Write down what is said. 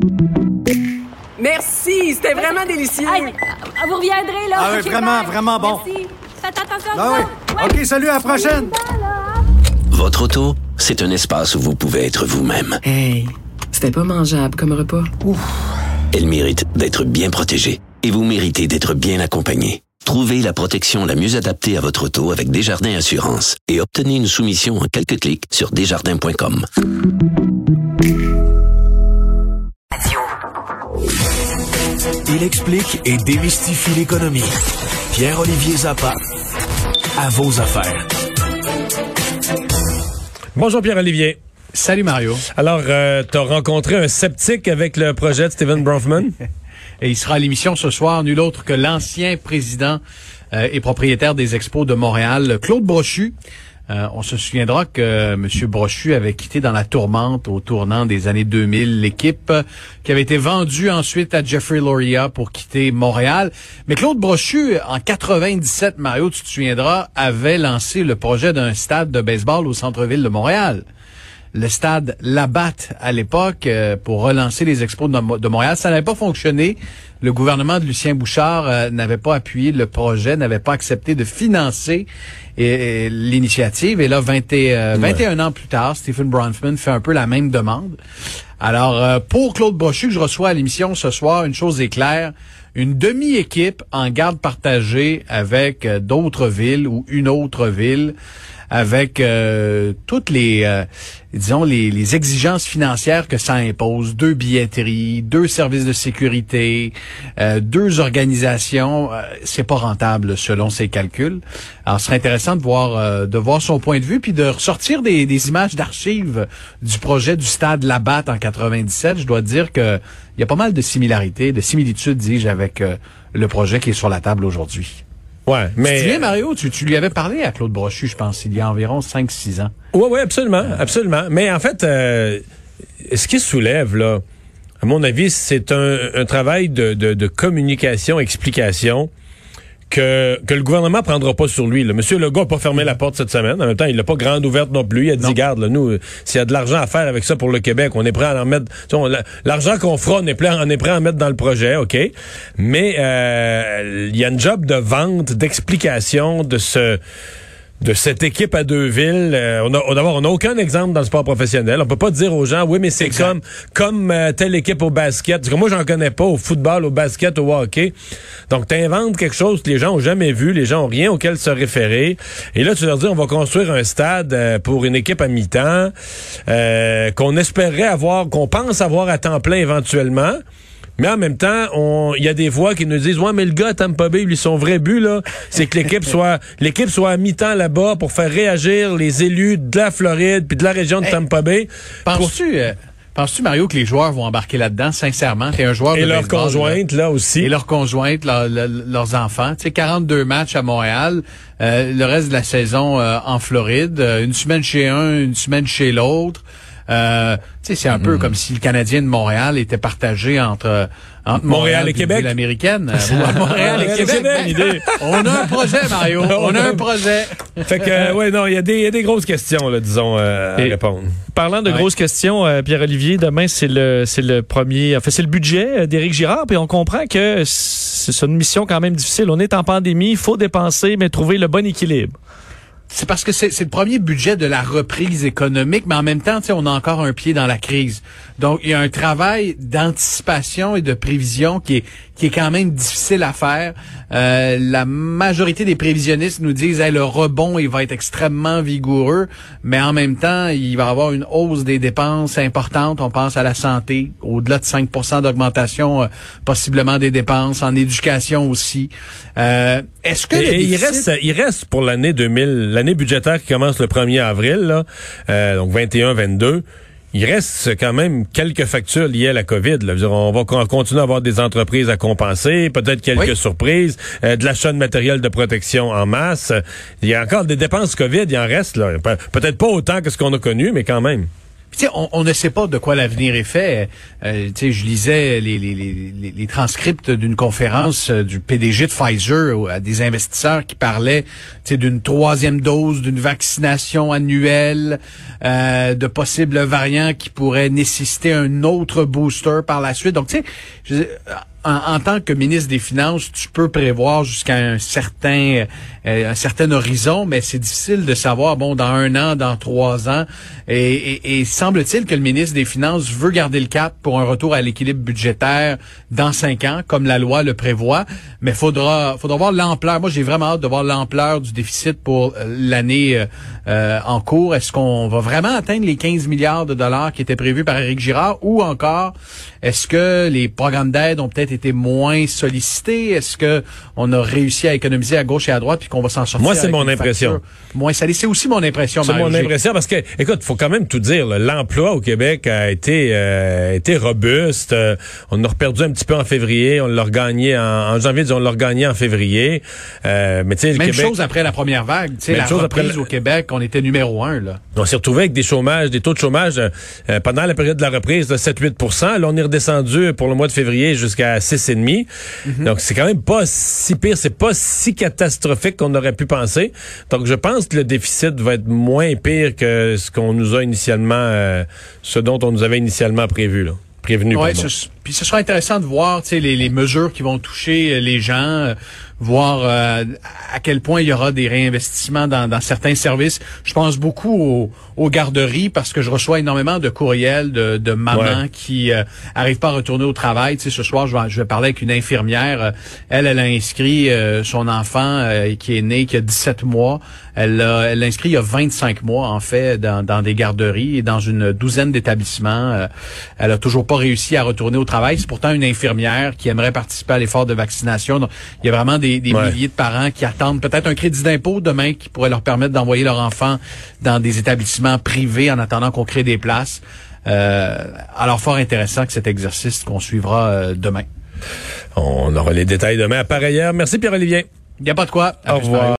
Merci, c'était vraiment délicieux. Hey, vous reviendrez, là. Ah oui, Okay, vraiment, bye. vraiment bon. Merci. Faites attention Ah oui. Ouais. OK, salut, à la prochaine. Votre auto, c'est un espace où vous pouvez être vous-même. Hey, c'était pas mangeable comme repas. Elle mérite d'être bien protégée et vous méritez d'être bien accompagné. Trouvez la protection la mieux adaptée à votre auto avec Desjardins Assurance et obtenez une soumission en quelques clics sur desjardins.com. Il explique et démystifie l'économie. Pierre-Olivier Zappa, à vos affaires. Bonjour Pierre-Olivier. Salut Mario. Alors, t'as rencontré un sceptique avec le projet de Stephen Bronfman? Et il sera à l'émission ce soir, nul autre que l'ancien président et propriétaire des Expos de Montréal, Claude Brochu. On se souviendra que M. Brochu avait quitté dans la tourmente au tournant des années 2000 l'équipe qui avait été vendue ensuite à Jeffrey Loria pour quitter Montréal. Mais Claude Brochu, en 97, Mario, tu te souviendras, avait lancé le projet d'un stade de baseball au centre-ville de Montréal. Le stade Labatt à l'époque pour relancer les Expos de Montréal. Ça n'avait pas fonctionné. Le gouvernement de Lucien Bouchard n'avait pas appuyé le projet, n'avait pas accepté de financer l'initiative. Et là, 21 ans plus tard, Stephen Bronfman fait un peu la même demande. Alors, pour Claude Brochu, que je reçois à l'émission ce soir, une chose est claire. Une demi-équipe en garde partagée avec d'autres villes ou une autre ville, avec toutes les disons les exigences financières que ça impose, 2 billetteries, 2 services de sécurité, 2 organisations, c'est pas rentable selon ses calculs. Alors ce serait intéressant de voir son point de vue puis de ressortir des images d'archives du projet du stade Labatt en 97. Je dois te dire que il y a pas mal de similarités, de similitudes, dis-je, avec le projet qui est sur la table aujourd'hui. Ouais, mais... Tu te souviens, Mario, tu lui avais parlé à Claude Brochu, je pense, il y a environ 5-6 ans. Oui, absolument, absolument. Mais en fait, ce qui soulève, là, à mon avis, c'est un travail de communication, explication que le gouvernement prendra pas sur lui. Là. Monsieur Legault a pas fermé la porte cette semaine. En même temps, il l'a pas grande ouverte non plus. Il a dit, garde, là, nous, s'il y a de l'argent à faire avec ça pour le Québec, on est prêt à en mettre... L'argent qu'on fera, on est prêt à en mettre dans le projet, OK? Mais il y a une job de vente, d'explication de cette équipe à Deauville. On n'a aucun exemple dans le sport professionnel. On peut pas dire aux gens, oui, mais c'est comme telle équipe au basket. Parce que moi, j'en connais pas au football, au basket, au hockey. Donc, t'inventes quelque chose que les gens ont jamais vu, les gens ont rien auquel se référer. Et là, tu leur dis, on va construire un stade pour une équipe à mi-temps, qu'on espérait avoir, qu'on pense avoir à temps plein éventuellement. Mais en même temps, il y a des voix qui nous disent, ouais, mais le gars à Tampa Bay, lui, son vrai but, là, c'est que l'équipe soit à mi-temps là-bas pour faire réagir les élus de la Floride puis de la région de Tampa Bay. Penses-tu, Mario, que les joueurs vont embarquer là-dedans, sincèrement? T'es un joueur de baseball. Et leurs conjointes, là aussi. Et leurs conjointes, leurs enfants. Tu sais, 42 matchs à Montréal, le reste de la saison en Floride, une semaine chez un, une semaine chez l'autre. Tu sais, c'est un peu comme si le Canadien de Montréal était partagé entre Montréal et Québec. Ville américaine. Montréal et Québec. Bonne idée. On a un projet, Mario. On a un projet. Fait que, ouais, non, il y a des grosses questions, là, disons, à répondre. Parlant de grosses questions, Pierre-Olivier, demain, c'est le premier, enfin, c'est le budget d'Éric Girard, puis on comprend que c'est une mission quand même difficile. On est en pandémie, il faut dépenser, mais trouver le bon équilibre. C'est parce que c'est le premier budget de la reprise économique, mais en même temps, on a encore un pied dans la crise. Donc, il y a un travail d'anticipation et de prévision qui est quand même difficile à faire. La majorité des prévisionnistes nous disent le rebond, il va être extrêmement vigoureux, mais en même temps, il va y avoir une hausse des dépenses importantes. On pense à la santé, au-delà de 5% d'augmentation, possiblement des dépenses, en éducation aussi. Est-ce que il reste pour l'année 2000, l'année budgétaire qui commence le 1er avril, là, donc 21-22, il reste quand même quelques factures liées à la COVID. Là. Je veux dire, on va continuer à avoir des entreprises à compenser, peut-être quelques surprises, de l'achat de matériel de protection en masse. Il y a encore des dépenses COVID, il en reste. Là. Peut-être pas autant que ce qu'on a connu, mais quand même. Tu tu sais, on ne sait pas de quoi l'avenir est fait. Tu sais, je lisais les transcripts d'une conférence du PDG de Pfizer à des investisseurs qui parlaient, tu sais, d'une 3e dose, d'une vaccination annuelle, de possibles variants qui pourraient nécessiter un autre booster par la suite. Donc, tu sais, en tant que ministre des Finances, tu peux prévoir jusqu'à un certain horizon, mais c'est difficile de savoir, bon, dans 1 an, dans 3 ans. Et semble-t-il que le ministre des Finances veut garder le cap pour un retour à l'équilibre budgétaire dans 5 ans, comme la loi le prévoit. Mais faudra voir l'ampleur. Moi, j'ai vraiment hâte de voir l'ampleur du déficit pour l'année en cours. Est-ce qu'on va vraiment atteindre les 15 milliards de dollars qui étaient prévus par Éric Girard, ou encore est-ce que les programmes d'aide ont peut-être été moins sollicités? Est-ce que on a réussi à économiser à gauche et à droite puis qu'on va s'en sortir? Moi, c'est mon impression. Moins salé. C'est aussi mon impression, C'est Mario. mon impression parce que, écoute, faut quand même tout dire. Là, l'emploi au Québec a été robuste. On a reperdu un petit peu en février. On l'a regagné en janvier. On l'a regagné en février. Mais tu sais, le Même Québec, chose après la première vague. Tu sais, la reprise au Québec, on était numéro 1, là. On s'est retrouvé avec des taux de chômage pendant la période de la reprise de 7-8%. Là, on est redescendu pour le mois de février jusqu'à 6,5%. Donc, c'est quand même pas si pire. C'est pas si catastrophique qu'on aurait pu penser. Donc, je pense que le déficit va être moins pire que ce qu'on nous a initialement, ce dont on nous avait initialement prévenu. Ouais, puis ce sera intéressant de voir, tu sais, les mesures qui vont toucher les gens, voir à quel point il y aura des réinvestissements dans certains services. Je pense beaucoup aux garderies parce que je reçois énormément de courriels de mamans qui arrivent pas à retourner au travail. Tu sais, ce soir, je vais parler avec une infirmière. Elle a inscrit son enfant qui est né, qui a 17 mois. Elle l'a inscrit il y a 25 mois, en fait, dans des garderies et dans une douzaine d'établissements. Elle a toujours pas réussi à retourner au travail. C'est pourtant une infirmière qui aimerait participer à l'effort de vaccination. Donc, il y a vraiment des milliers de parents qui attendent peut-être un crédit d'impôt demain qui pourrait leur permettre d'envoyer leur enfant dans des établissements privés en attendant qu'on crée des places. Alors, fort intéressant que cet exercice qu'on suivra demain. On aura les détails demain à pareille heure. Merci Pierre-Olivier. Il n'y a pas de quoi. Au revoir.